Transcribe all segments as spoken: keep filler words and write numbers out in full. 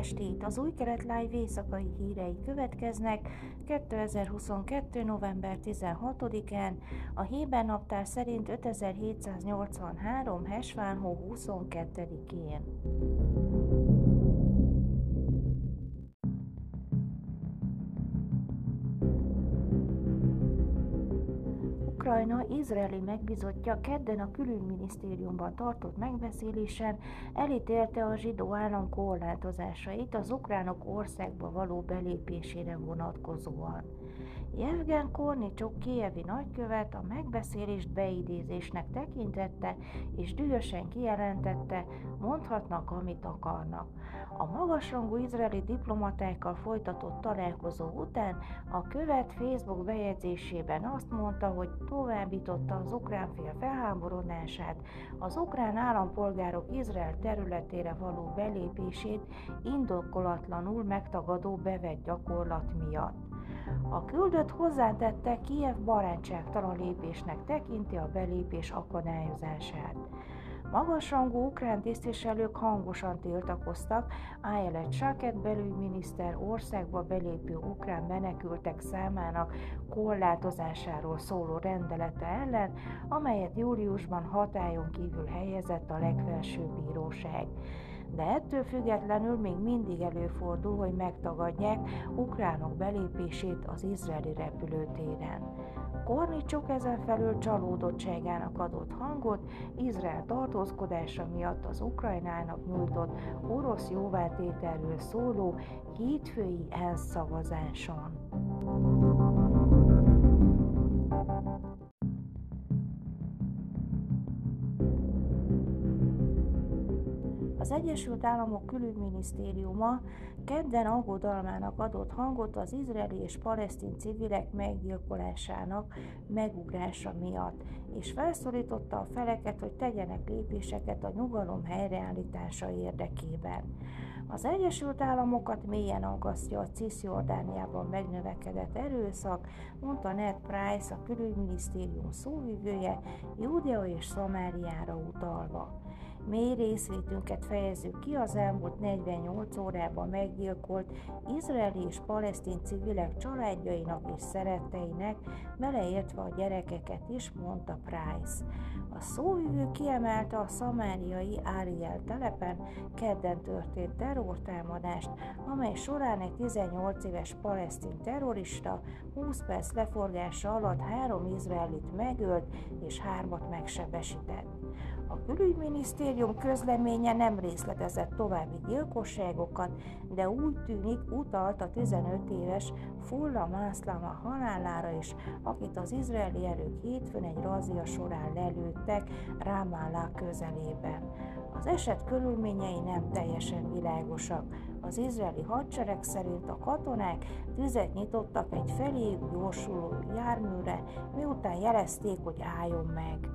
estét! Az Új Kelet Live éjszakai hírei következnek kétezer-huszonkettő. november tizenhatodikán, a Héber naptár szerint ötezer-hétszáznyolcvanhárom. Hesván-hó huszonkettedikén. Ukrajna izraeli megbízottja kedden a külügyminisztériumban tartott megbeszélésen elítélte a zsidó állam korlátozásait az ukránok országba való belépésére vonatkozóan. Jevgen Kornicsuk kijevi nagykövet a megbeszélést beidézésnek tekintette, és dühösen kijelentette, mondhatnak, amit akarnak. A magasrangú izraeli diplomatákkal folytatott találkozó után a követ Facebook bejegyzésében azt mondta, hogy továbbította az ukrán fél felháborodását az ukrán állampolgárok Izrael területére való belépését indokolatlanul megtagadó bevett gyakorlat miatt. A küldött hozzátette, Kijev barátságtalan lépésnek tekinti a belépés akadályozását. Magasrangú ukrán tisztviselők hangosan tiltakoztak Ayelet Shaked belügyminiszter országba belépő ukrán menekültek számának korlátozásáról szóló rendelete ellen, amelyet júliusban hatályon kívül helyezett a legfelsőbb bíróság. De ettől függetlenül még mindig előfordul, hogy megtagadják ukránok belépését az izraeli repülőtéren. Kornicsuk ezen felül csalódottságának adott hangot Izrael tartózkodása miatt az Ukrajnának nyújtott orosz jóvátételről szóló hétfői ENSZ szavazáson. Az Egyesült Államok külügyminisztériuma kedden aggodalmának adott hangot az izraeli és palesztin civilek meggyilkolásának megugrása miatt, és felszólította a feleket, hogy tegyenek lépéseket a nyugalom helyreállítása érdekében. Az Egyesült Államokat mélyen aggasztja a Cisjordániában megnövekedett erőszak, mondta Ned Price, a külügyminisztérium szóvivője, Júdea és Szamáriára utalva. Mély részvétünket fejezzük ki az elmúlt negyvennyolc órában meggyilkolt izraeli és palesztin civilek családjainak és szeretteinek, beleértve a gyerekeket is, mondta Price. A szóvivő kiemelte a szamáriai Ariel telepen kedden történt terrortámadást, amely során egy tizennyolc éves palesztin terrorista húsz perc leforgása alatt három izraelit megölt és hármat megsebesített. A külügyminisztérium közleménye nem részletezett további gyilkosságokat, de úgy tűnik utalt a tizenöt éves Fulla Mászlama halálára is, akit az izraeli erők hétfőn egy razzia során lelőttek Ramallah közelében. Az eset körülményei nem teljesen világosak. Az izraeli hadsereg szerint a katonák tüzet nyitottak egy feléjük gyorsuló járműre, miután jelezték, hogy álljon meg.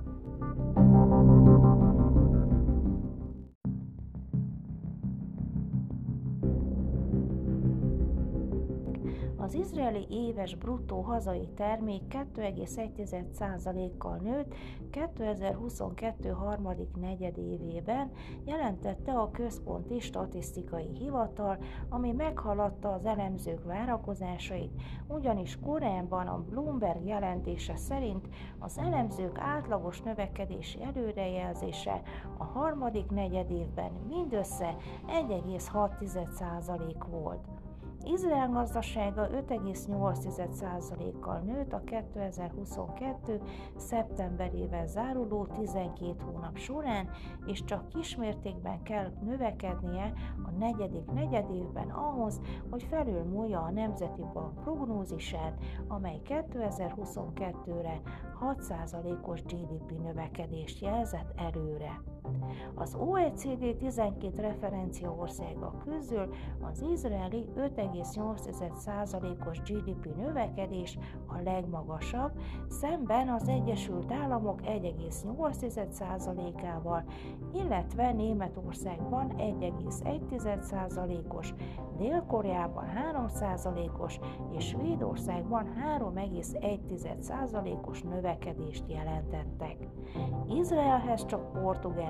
Az izraeli éves bruttó hazai termék kettő egész egy százalékkal nőtt kétezer-huszonkettő harmadik negyedévében, jelentette a Központi Statisztikai Hivatal, ami meghaladta az elemzők várakozásait, ugyanis korábban a Bloomberg jelentése szerint az elemzők átlagos növekedési előrejelzése a harmadik negyedévben mindössze egy egész hat százalék volt. Izrael gazdasága öt egész nyolc százalékkal nőtt a kétezer-huszonkettő szeptemberével záruló tizenkét hónap során, és csak kismértékben kell növekednie a negyedik negyedévben ahhoz, hogy felülmúlja a Nemzeti Bank prognózisát, amely kétezer-huszonkettőre hat százalékos gé dé pé növekedést jelzett előre. Az o e cé dé tizenkét referencia országa közül az izraeli öt egész nyolc százalékos gé dé pé növekedés a legmagasabb, szemben az Egyesült Államok egy egész nyolc százalékával, illetve Németországban egy egész egy százalékos, Dél-Koreában három százalékos és Svédországban három egész egy százalékos növekedést jelentettek. Izraelhez csak Portugál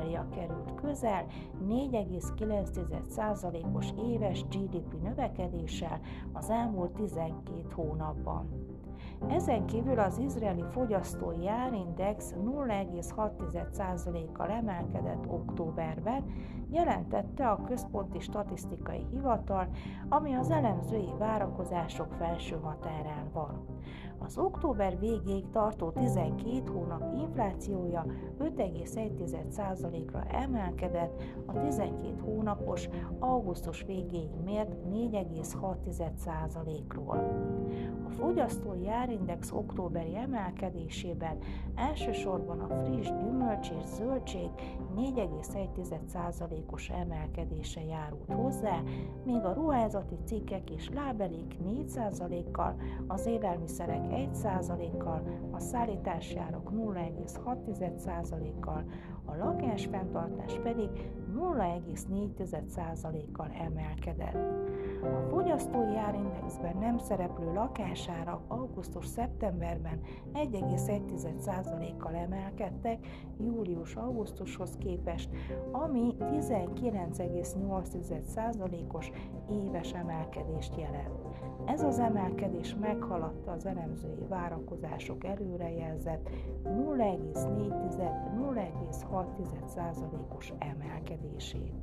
Izraelja került közel négy egész kilenc százalékos éves gé dé pé növekedéssel az elmúlt tizenkét hónapban. Ezen kívül az izraeli fogyasztói árindex nulla egész hat százalékkal emelkedett októberben, jelentette a Központi Statisztikai Hivatal, ami az elemzői várakozások felső határán van. Az október végéig tartó tizenkét hónap inflációja öt egész egy százalékra emelkedett a tizenkét hónapos augusztus végéig mért négy egész hat százalékról. A fogyasztói árindex októberi emelkedésében elsősorban a friss gyümölcs és zöldség négy egész egy százalékos emelkedése járult hozzá, míg a ruházati cikkek és lábelék négy százalékkal, az élelmiszerek egy százalékkal, a szállítási árak nulla egész hat százalékkal, a lakásfenntartás pedig nulla egész négy százalékkal emelkedett. A fogyasztói árindexben nem szereplő lakásárak augusztus-szeptemberben egy egész egy százalékkal emelkedtek július-augusztushoz képest, ami tizenkilenc egész nyolc százalékos éves emelkedést jelent. Ez az emelkedés meghaladta az elemzői várakozások előrejelzett nulla egész négy - nulla egész hat százalékos emelkedését.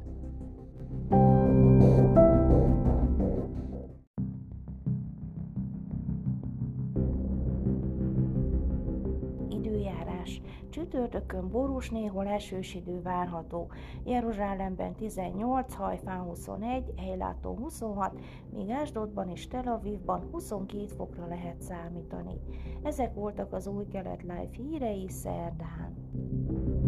Időjárás. Csütörtökön borús, néhol esős idő várható. Jeruzsálemben tizennyolc, Hajfán huszonegy, Eiláton huszonhat, míg Ásdodban és Tel Avivban huszonkét fokra lehet számítani. Ezek voltak az Új Kelet Live hírei szerdán.